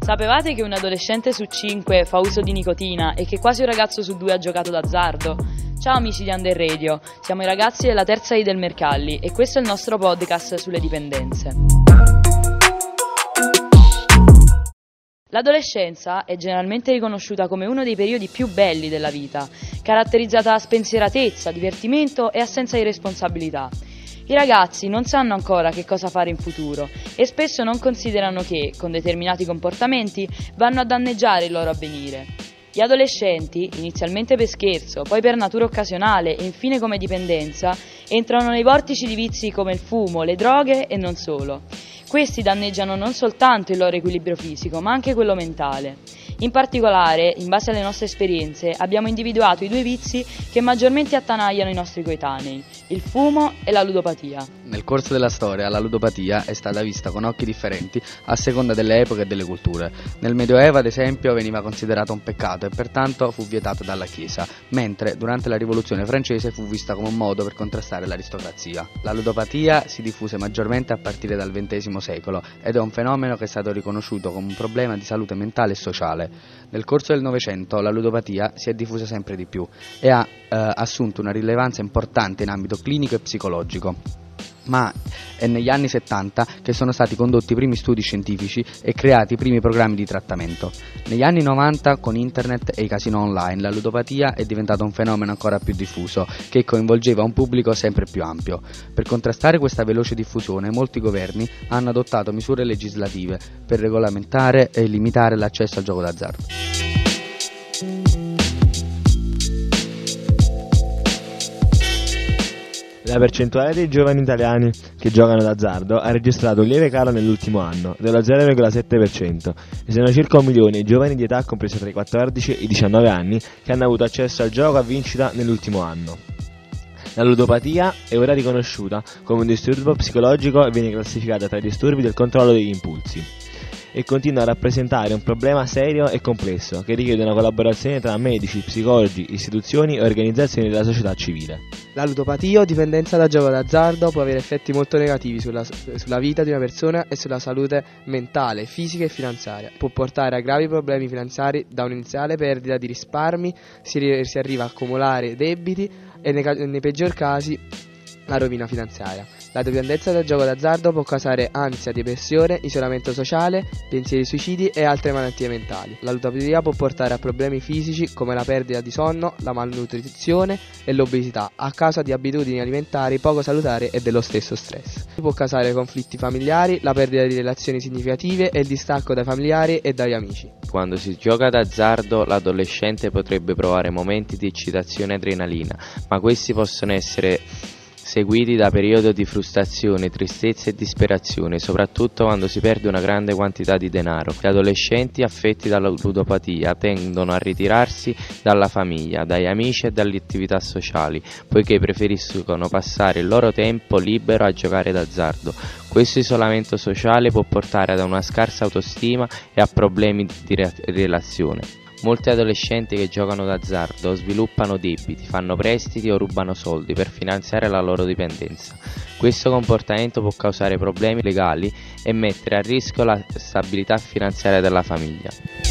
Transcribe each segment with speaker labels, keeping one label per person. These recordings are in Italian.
Speaker 1: Sapevate che un adolescente su 5 fa uso di nicotina e che quasi un ragazzo su 2 ha giocato d'azzardo? Ciao amici di Under Radio, siamo i ragazzi della terza I del Mercalli e questo è il nostro podcast sulle dipendenze. L'adolescenza è generalmente riconosciuta come uno dei periodi più belli della vita, caratterizzata da spensieratezza, divertimento e assenza di responsabilità. I ragazzi non sanno ancora che cosa fare in futuro e spesso non considerano che, con determinati comportamenti, vanno a danneggiare il loro avvenire. Gli adolescenti, inizialmente per scherzo, poi per natura occasionale e infine come dipendenza, entrano nei vortici di vizi come il fumo, le droghe e non solo. Questi danneggiano non soltanto il loro equilibrio fisico, ma anche quello mentale. In particolare, in base alle nostre esperienze, abbiamo individuato i 2 vizi che maggiormente attanagliano i nostri coetanei, il fumo e la ludopatia.
Speaker 2: Nel corso della storia la ludopatia è stata vista con occhi differenti a seconda delle epoche e delle culture. Nel Medioevo, ad esempio, veniva considerata un peccato e pertanto fu vietata dalla Chiesa, mentre durante la Rivoluzione francese fu vista come un modo per contrastare l'aristocrazia. La ludopatia si diffuse maggiormente a partire dal XX secolo ed è un fenomeno che è stato riconosciuto come un problema di salute mentale e sociale. Nel corso del Novecento la ludopatia si è diffusa sempre di più e ha assunto una rilevanza importante in ambito clinico e psicologico. Ma è negli anni 70 che sono stati condotti i primi studi scientifici e creati i primi programmi di trattamento. Negli anni 90, con internet e i casino online, la ludopatia è diventata un fenomeno ancora più diffuso, che coinvolgeva un pubblico sempre più ampio. Per contrastare questa veloce diffusione, molti governi hanno adottato misure legislative per regolamentare e limitare l'accesso al gioco d'azzardo.
Speaker 3: La percentuale dei giovani italiani che giocano d'azzardo ha registrato un lieve calo nell'ultimo anno, dello 0,7%, e sono circa 1 milione i giovani di età compresa tra i 14 e i 19 anni che hanno avuto accesso al gioco a vincita nell'ultimo anno. La ludopatia è ora riconosciuta come un disturbo psicologico e viene classificata tra i disturbi del controllo degli impulsi, e continua a rappresentare un problema serio e complesso che richiede una collaborazione tra medici, psicologi, istituzioni e organizzazioni della società civile.
Speaker 4: La ludopatia o dipendenza da gioco d'azzardo può avere effetti molto negativi sulla vita di una persona e sulla salute mentale, fisica e finanziaria. Può portare a gravi problemi finanziari, da un'iniziale perdita di risparmi si arriva a accumulare debiti e nei peggior casi la rovina finanziaria. La dipendenza dal gioco d'azzardo può causare ansia, depressione, isolamento sociale, pensieri suicidi e altre malattie mentali. La ludopatia può portare a problemi fisici come la perdita di sonno, la malnutrizione e l'obesità a causa di abitudini alimentari poco salutari e dello stesso stress. Può causare conflitti familiari, la perdita di relazioni significative e il distacco dai familiari e dagli amici.
Speaker 5: Quando si gioca d'azzardo, l'adolescente potrebbe provare momenti di eccitazione e adrenalina, ma questi possono essere seguiti da periodi di frustrazione, tristezza e disperazione, soprattutto quando si perde una grande quantità di denaro. Gli adolescenti affetti dalla ludopatia tendono a ritirarsi dalla famiglia, dagli amici e dalle attività sociali, poiché preferiscono passare il loro tempo libero a giocare d'azzardo. Questo isolamento sociale può portare ad una scarsa autostima e a problemi di relazione. Molti adolescenti che giocano d'azzardo sviluppano debiti, fanno prestiti o rubano soldi per finanziare la loro dipendenza. Questo comportamento può causare problemi legali e mettere a rischio la stabilità finanziaria della famiglia.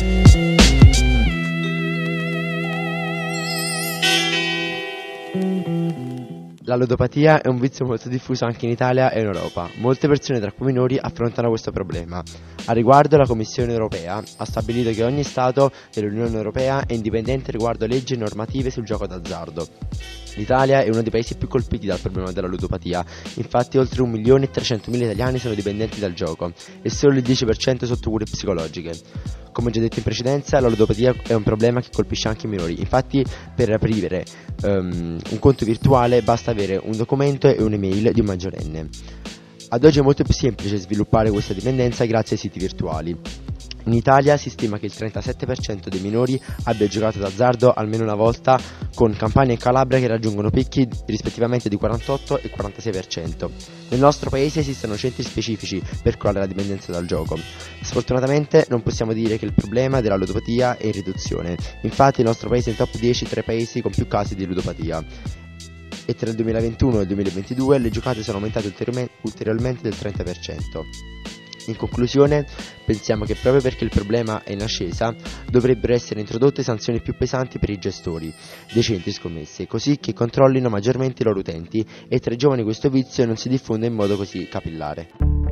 Speaker 6: La ludopatia è un vizio molto diffuso anche in Italia e in Europa. Molte persone tra cui minori affrontano questo problema. A riguardo, la Commissione europea ha stabilito che ogni Stato dell'Unione Europea è indipendente riguardo leggi e normative sul gioco d'azzardo. L'Italia è uno dei paesi più colpiti dal problema della ludopatia, infatti oltre 1.300.000 italiani sono dipendenti dal gioco e solo il 10% sotto cure psicologiche. Come già detto in precedenza, la ludopatia è un problema che colpisce anche i minori, infatti per aprire un conto virtuale basta avere un documento e un'email di un maggiorenne. Ad oggi è molto più semplice sviluppare questa dipendenza grazie ai siti virtuali. In Italia si stima che il 37% dei minori abbia giocato d'azzardo almeno una volta, con Campania e Calabria che raggiungono picchi rispettivamente di 48 e 46%. Nel nostro paese esistono centri specifici per curare la dipendenza dal gioco. Sfortunatamente non possiamo dire che il problema della ludopatia è in riduzione, infatti il nostro paese è in top 10 tra i paesi con più casi di ludopatia. E tra il 2021 e il 2022 le giocate sono aumentate ulteriormente del 30%. In conclusione, pensiamo che proprio perché il problema è in ascesa, dovrebbero essere introdotte sanzioni più pesanti per i gestori dei centri scommesse, così che controllino maggiormente i loro utenti e tra i giovani questo vizio non si diffonde in modo così capillare.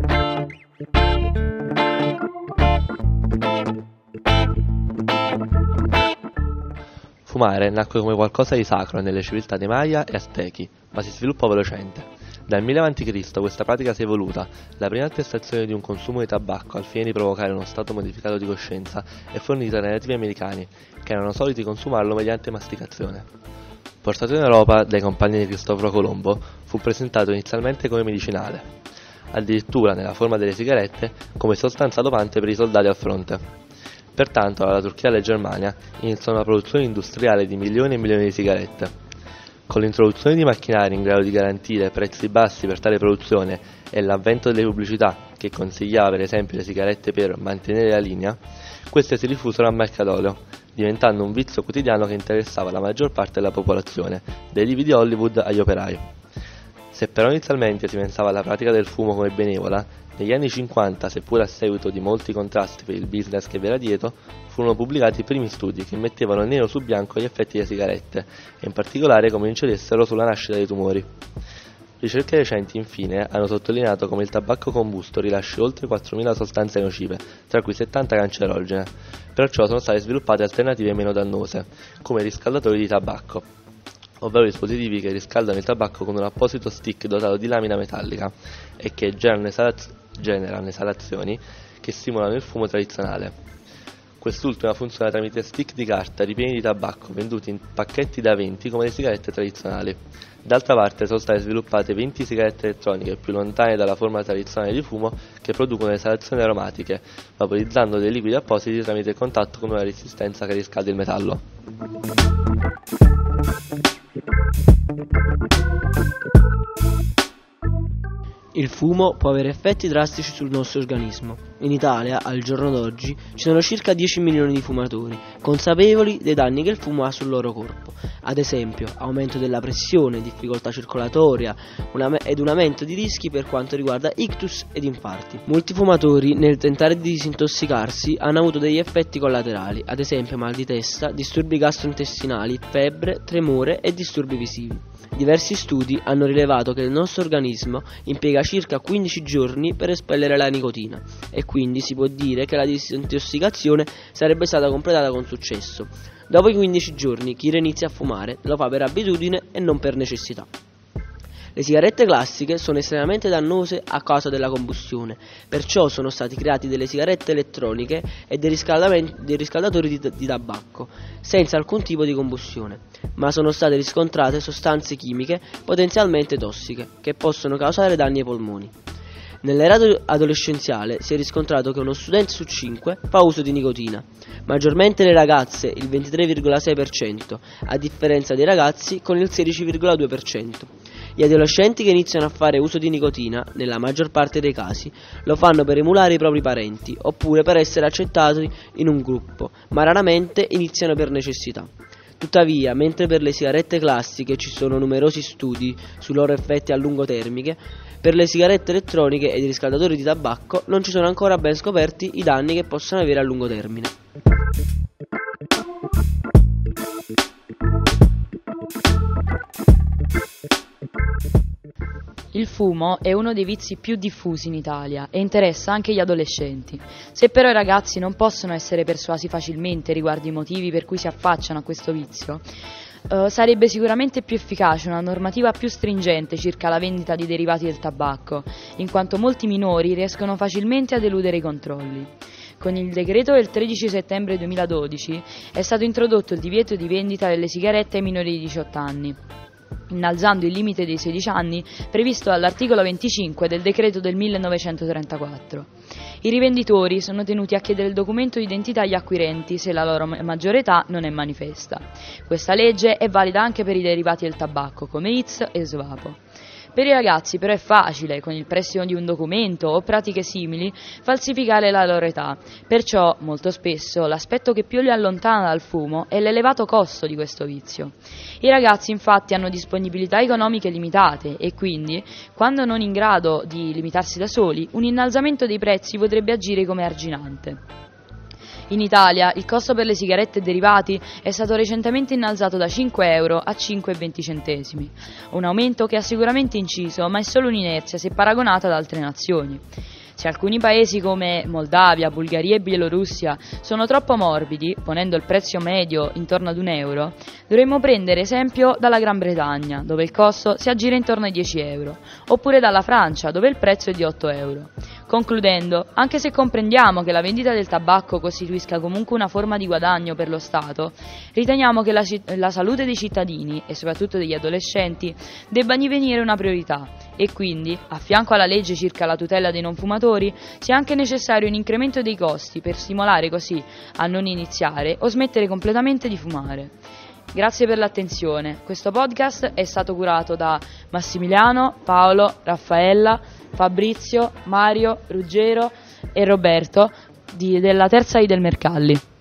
Speaker 7: Fumare nacque come qualcosa di sacro nelle civiltà dei Maya e Aztechi, ma si sviluppò velocemente. Dal 1000 a.C. questa pratica si è evoluta. La prima attestazione di un consumo di tabacco al fine di provocare uno stato modificato di coscienza è fornita dai nativi americani, che erano soliti consumarlo mediante masticazione. Portato in Europa dai compagni di Cristoforo Colombo, fu presentato inizialmente come medicinale, addirittura nella forma delle sigarette come sostanza dopante per i soldati al fronte. Pertanto la Turchia e la Germania iniziò una produzione industriale di milioni e milioni di sigarette. Con l'introduzione di macchinari in grado di garantire prezzi bassi per tale produzione e l'avvento delle pubblicità che consigliava per esempio le sigarette per mantenere la linea, queste si diffusero a mercatolio, diventando un vizio quotidiano che interessava la maggior parte della popolazione, dai divi di Hollywood agli operai. Se però inizialmente si pensava alla pratica del fumo come benevola, negli anni 50, seppur a seguito di molti contrasti per il business che vi era dietro, furono pubblicati i primi studi che mettevano nero su bianco gli effetti delle sigarette e in particolare come incidessero sulla nascita dei tumori. Ricerche recenti infine hanno sottolineato come il tabacco combusto rilasci oltre 4.000 sostanze nocive, tra cui 70 cancerogene, perciò sono state sviluppate alternative meno dannose, come i riscaldatori di tabacco, ovvero dispositivi che riscaldano il tabacco con un apposito stick dotato di lamina metallica e che generano esalazioni che simulano il fumo tradizionale. Quest'ultima funziona tramite stick di carta ripieni di tabacco venduti in pacchetti da 20 come le sigarette tradizionali. D'altra parte sono state sviluppate 20 sigarette elettroniche più lontane dalla forma tradizionale di fumo che producono esalazioni aromatiche, vaporizzando dei liquidi appositi tramite il contatto con una resistenza che riscalda il metallo.
Speaker 8: Il fumo può avere effetti drastici sul nostro organismo. In Italia, al giorno d'oggi, ci sono circa 10 milioni di fumatori, consapevoli dei danni che il fumo ha sul loro corpo. Ad esempio, aumento della pressione, difficoltà circolatoria ed un aumento di rischi per quanto riguarda ictus ed infarti. Molti fumatori, nel tentare di disintossicarsi, hanno avuto degli effetti collaterali, ad esempio mal di testa, disturbi gastrointestinali, febbre, tremore e disturbi visivi. Diversi studi hanno rilevato che il nostro organismo impiega circa 15 giorni per espellere la nicotina e quindi si può dire che la disintossicazione sarebbe stata completata con successo. Dopo i 15 giorni chi inizia a fumare lo fa per abitudine e non per necessità. Le sigarette classiche sono estremamente dannose a causa della combustione, perciò sono stati creati delle sigarette elettroniche e dei riscaldatori di tabacco, senza alcun tipo di combustione, ma sono state riscontrate sostanze chimiche potenzialmente tossiche, che possono causare danni ai polmoni. Nell'era adolescenziale si è riscontrato che uno studente su 5 fa uso di nicotina, maggiormente le ragazze il 23,6%, a differenza dei ragazzi con il 16,2%. Gli adolescenti che iniziano a fare uso di nicotina, nella maggior parte dei casi, lo fanno per emulare i propri parenti, oppure per essere accettati in un gruppo, ma raramente iniziano per necessità. Tuttavia, mentre per le sigarette classiche ci sono numerosi studi sui loro effetti a lungo termine, per le sigarette elettroniche ed i riscaldatori di tabacco non ci sono ancora ben scoperti i danni che possono avere a lungo termine.
Speaker 1: Il fumo è uno dei vizi più diffusi in Italia e interessa anche gli adolescenti. Se però i ragazzi non possono essere persuasi facilmente riguardo i motivi per cui si affacciano a questo vizio, sarebbe sicuramente più efficace una normativa più stringente circa la vendita di derivati del tabacco, in quanto molti minori riescono facilmente ad eludere i controlli. Con il decreto del 13 settembre 2012 è stato introdotto il divieto di vendita delle sigarette ai minori di 18 anni, innalzando il limite dei 16 anni previsto dall'articolo 25 del decreto del 1934. I rivenditori sono tenuti a chiedere il documento di identità agli acquirenti se la loro maggiore età non è manifesta. Questa legge è valida anche per i derivati del tabacco come ITS e Svapo. Per i ragazzi però è facile, con il prestito di un documento o pratiche simili, falsificare la loro età. Perciò, molto spesso, l'aspetto che più li allontana dal fumo è l'elevato costo di questo vizio. I ragazzi infatti hanno disponibilità economiche limitate e quindi, quando non in grado di limitarsi da soli, un innalzamento dei prezzi potrebbe agire come arginante. In Italia il costo per le sigarette e derivati è stato recentemente innalzato da 5 euro a 5,20 centesimi, un aumento che ha sicuramente inciso, ma è solo un'inerzia se paragonata ad altre nazioni. Se alcuni paesi come Moldavia, Bulgaria e Bielorussia sono troppo morbidi, ponendo il prezzo medio intorno ad 1 euro, dovremmo prendere esempio dalla Gran Bretagna, dove il costo si aggira intorno ai 10 euro, oppure dalla Francia, dove il prezzo è di 8 euro. Concludendo, anche se comprendiamo che la vendita del tabacco costituisca comunque una forma di guadagno per lo Stato, riteniamo che la salute dei cittadini, e soprattutto degli adolescenti, debba divenire una priorità e quindi, a fianco alla legge circa la tutela dei non fumatori, sia anche necessario un incremento dei costi per stimolare così a non iniziare o smettere completamente di fumare. Grazie per l'attenzione. Questo podcast è stato curato da Massimiliano, Paolo, Raffaella, Fabrizio, Mario, Ruggero e Roberto della Terza I del Mercalli.